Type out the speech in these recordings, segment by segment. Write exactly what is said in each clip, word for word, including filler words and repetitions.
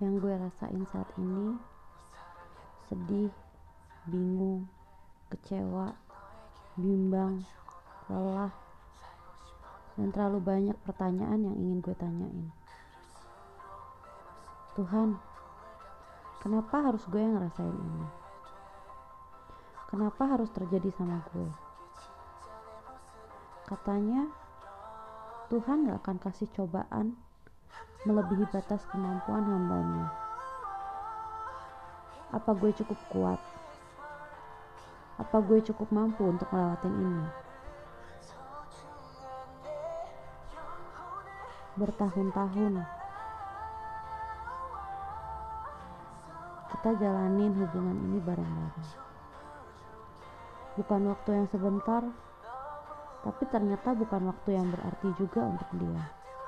Yang gue rasain saat ini sedih, bingung, kecewa, bimbang, lelah, dan terlalu banyak pertanyaan yang ingin gue tanyain. Tuhan, kenapa harus gue yang ngerasain ini? Kenapa harus terjadi sama gue? Katanya Tuhan gak akan kasih cobaan melebihi batas kemampuan hambanya. Apa gue cukup kuat? Apa gue cukup mampu untuk melewatin ini? Bertahun-tahun kita jalanin hubungan ini bareng-bareng. Bukan waktu yang sebentar, tapi ternyata bukan waktu yang berarti juga untuk dia.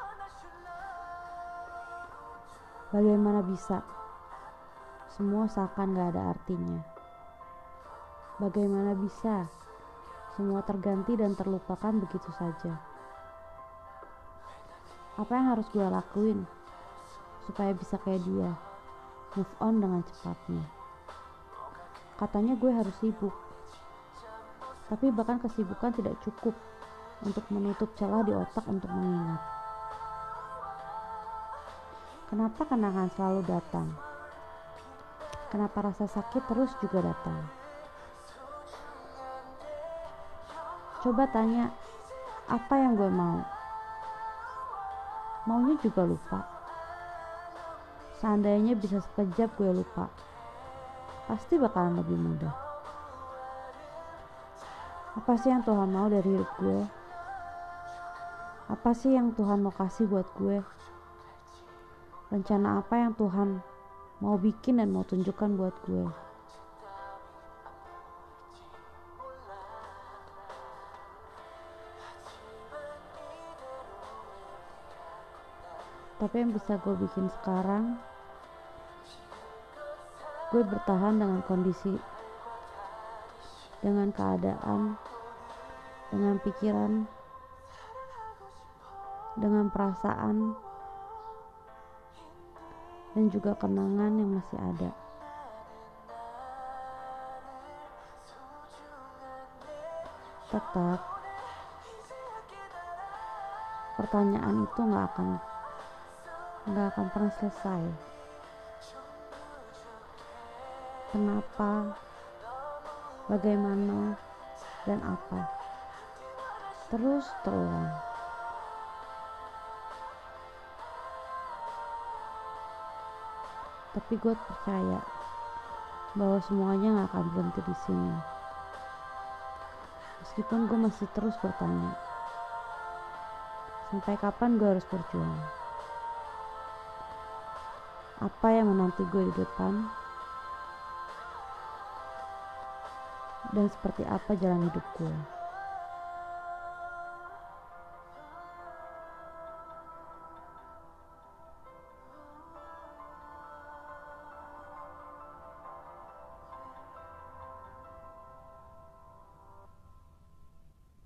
Bagaimana bisa? Semua seakan gak ada artinya. Bagaimana bisa? Semua terganti dan terlupakan begitu saja. Apa yang harus gue lakuin supaya bisa kayak dia, move on dengan cepatnya? Katanya gue harus sibuk, tapi bahkan kesibukan tidak cukup untuk menutup celah di otak untuk mengingat. Kenapa kenangan selalu datang? Kenapa rasa sakit terus juga datang? Coba tanya, apa yang gue mau? Maunya juga lupa. Seandainya bisa sekejap gue lupa, pasti bakalan lebih mudah. Apa sih yang Tuhan mau dari hidup gue? Apa sih yang Tuhan mau kasih buat gue? Rencana apa yang Tuhan mau bikin dan mau tunjukkan buat gue? Tapi yang bisa gue bikin sekarang, gue bertahan dengan kondisi, dengan keadaan, dengan pikiran, dengan perasaan, dan juga kenangan yang masih ada. Tetap, pertanyaan itu gak akan gak akan pernah selesai. Kenapa, bagaimana, dan apa? Terus terulang. Tapi gue percaya bahwa semuanya gak akan berhenti di sini. Meskipun gue masih terus bertanya, sampai kapan gue harus berjuang? Apa yang menanti gue di depan? Dan seperti apa jalan hidup gue?